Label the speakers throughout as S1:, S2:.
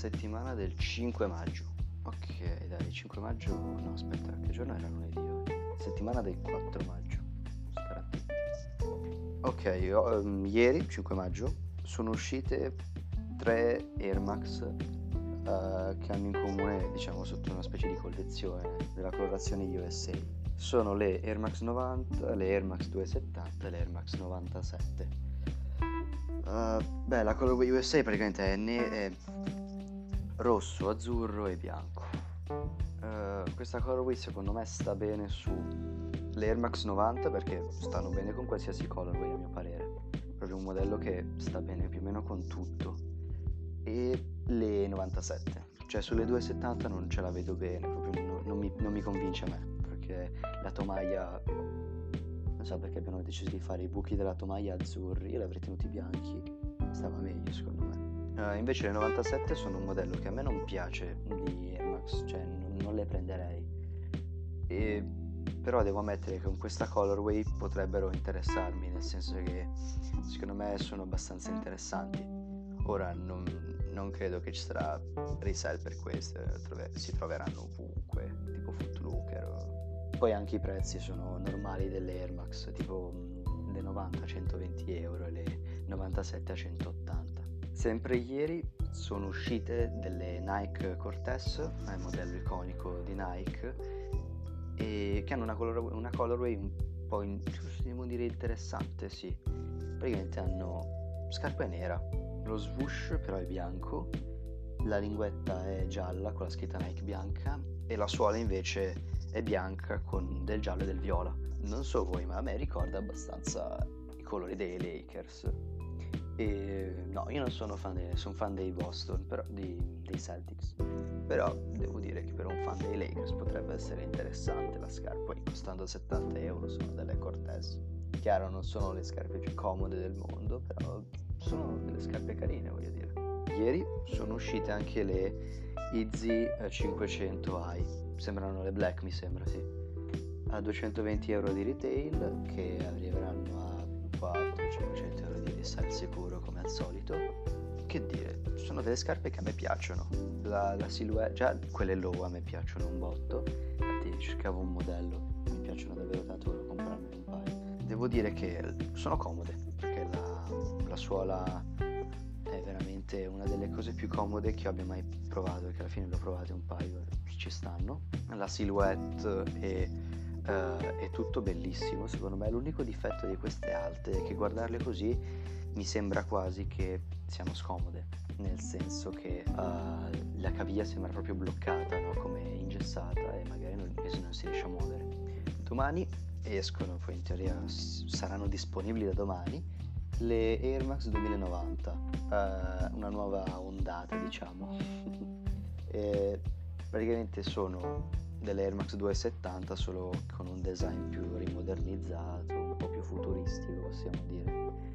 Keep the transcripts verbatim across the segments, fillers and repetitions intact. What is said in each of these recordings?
S1: settimana del cinque maggio. Ok, dai, cinque maggio, no aspetta, che giorno era lunedì oggi? Settimana del quattro maggio. Stare attenti. Ok, io, um, ieri, cinque maggio, sono uscite tre Air Max uh, che hanno in comune, diciamo, sotto una specie di collezione della colorazione U S A. Sono le Air Max novanta, le Air Max duecentosettanta e le Air Max novantasette. Uh, beh, la colorway U S A praticamente è, ne- è rosso, azzurro e bianco. Uh, questa colorway secondo me sta bene su le Air Max novanta perché stanno bene con qualsiasi colorway a mio parere. Proprio un modello che sta bene più o meno con tutto. E le novantasette, cioè sulle duecentosettanta non ce la vedo bene, proprio non, non, mi, non mi convince a me, perché la tomaia, non so perché abbiano deciso di fare i buchi della tomaia azzurri, io li avrei tenuti bianchi, stava meglio secondo me. Uh, invece le novantasette sono un modello che a me non piace di Air Max, cioè non, non le prenderei, e, però devo ammettere che con questa colorway potrebbero interessarmi, nel senso che secondo me sono abbastanza interessanti. Ora non, non credo che ci sarà resell per queste, trove, si troveranno ovunque, tipo Footlooker. O... Poi anche i prezzi sono normali delle Air Max, tipo mh, le novanta a centoventi euro e le novantasette a centottanta. Sempre ieri sono uscite delle Nike Cortez, è il modello iconico di Nike, e che hanno una, color, una colorway un po' in, possiamo dire interessante, sì. Praticamente hanno scarpa nera, lo swoosh però è bianco, la linguetta è gialla con la scritta Nike bianca e la suola invece è bianca con del giallo e del viola. Non so voi, ma a me ricorda abbastanza i colori dei Lakers. E no, io non sono fan dei, sono fan dei Boston, però di, dei Celtics, però devo dire che per un fan dei Lakers potrebbe essere interessante la scarpa. Poi costando settanta euro sono delle Cortez. Chiaro, non sono le scarpe più comode del mondo, però sono delle scarpe carine, voglio dire. Ieri sono uscite anche le Yeezy cinquecento i, sembrano le Black, mi sembra, sì, a duecentoventi euro di retail, che arriveranno a quattrocento cinquecento euro di resell sicuro come al solito. Che dire, sono delle scarpe che a me piacciono, la, la silhouette, già quelle low a me piacciono un botto, infatti cercavo un modello, mi piacciono davvero tanto, volevo comprarne un paio. Devo dire che sono comode, perché la, la suola è veramente una delle cose più comode che io abbia mai provato, perché alla fine l'ho provate un paio e ci stanno. La silhouette è, uh, è tutto bellissimo, secondo me l'unico difetto di queste alte è che guardarle così mi sembra quasi che siano scomode, nel senso che uh, la caviglia sembra proprio bloccata, no? Come ingessata, e magari non, non si riesce a muovere. Domani escono, poi in teoria saranno disponibili da domani, le Air Max duemilanovanta, uh, una nuova ondata, diciamo. E praticamente sono delle Air Max duecentosettanta, solo con un design più rimodernizzato, un po' più futuristico, possiamo dire.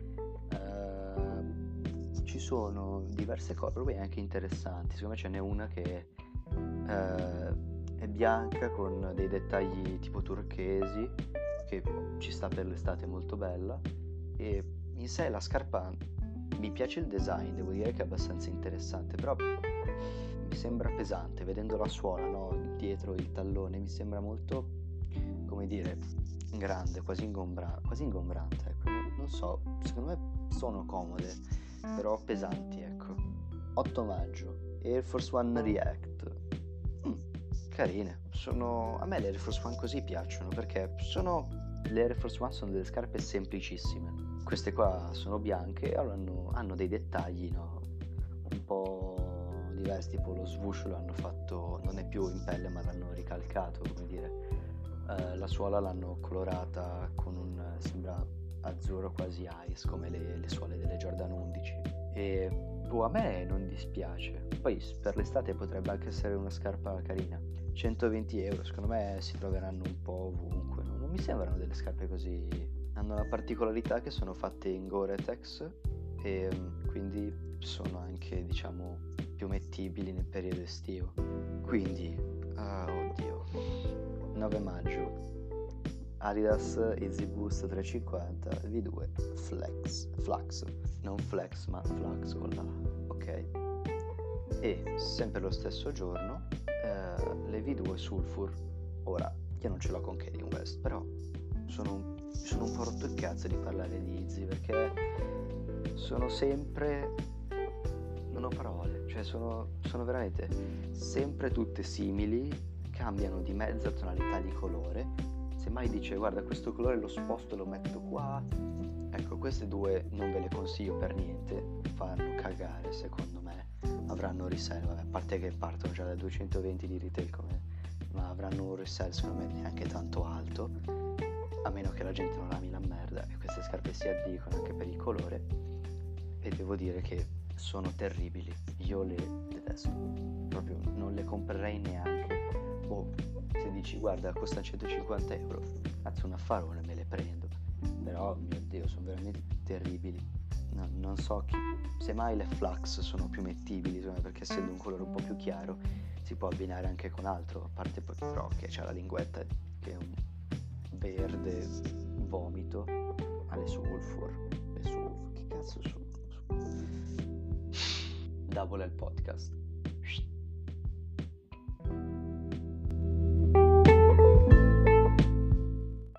S1: Uh, ci sono diverse colorway anche interessanti, secondo me ce n'è una che uh, è bianca con dei dettagli tipo turchesi, che ci sta per l'estate, molto bella, e in sé la scarpa mi piace il design, devo dire che è abbastanza interessante, però mi sembra pesante, vedendo la suola, no, dietro il tallone, mi sembra molto, come dire, grande, quasi, ingombra- quasi ingombrante, ecco. Non so, secondo me sono comode, però pesanti, ecco. otto maggio, Air Force One React. Mm, carine, sono... a me le Air Force One così piacciono, perché sono... le Air Force One sono delle scarpe semplicissime. Queste qua sono bianche, allora hanno, hanno dei dettagli, no, un po' diversi, tipo lo swoosh lo hanno fatto, non è più in pelle ma l'hanno ricalcato, come dire, uh, la suola l'hanno colorata con un, sembra azzurro quasi ice, come le, le suole delle Jordan undici, e boh, a me non dispiace. Poi per l'estate potrebbe anche essere una scarpa carina. Centoventi euro, secondo me si troveranno un po' ovunque, no? Non mi sembrano delle scarpe così... Hanno la particolarità che sono fatte in Gore-Tex e quindi sono anche, diciamo, più mettibili nel periodo estivo. Quindi, ah, oddio, nove maggio, Adidas Easy Boost trecentocinquanta V due Flex, Flux, non Flex ma Flux con la, ok. E sempre lo stesso giorno eh, le V due Sulfur. Ora, io non ce l'ho con Kanye West, però sono un, sono un po' rotto il cazzo di parlare di Izzy, perché sono sempre, non ho parole, cioè sono, sono veramente sempre tutte simili, cambiano di mezza tonalità di colore. Semmai dice guarda questo colore lo sposto, lo metto qua. Ecco, queste due non ve le consiglio per niente, fanno cagare secondo me. Avranno resell, vabbè, a parte che partono già da duecentoventi di retail come, ma avranno un resell secondo me neanche tanto alto, a meno che la gente non ami la merda, e queste scarpe si addicono anche per il colore, e devo dire che sono terribili, io le detesto, proprio non le comprerei neanche. Oh, se dici guarda costano centocinquanta euro, cazzo un affarone, me le prendo, però mio Dio sono veramente terribili. No, non so chi, semmai le Flux sono più mettibili, insomma, perché essendo un colore un po' più chiaro si può abbinare anche con altro, a parte poi però che c'ha la linguetta che è un verde vomito alle Sulfur, le Sulfur, che cazzo sono? Double il podcast.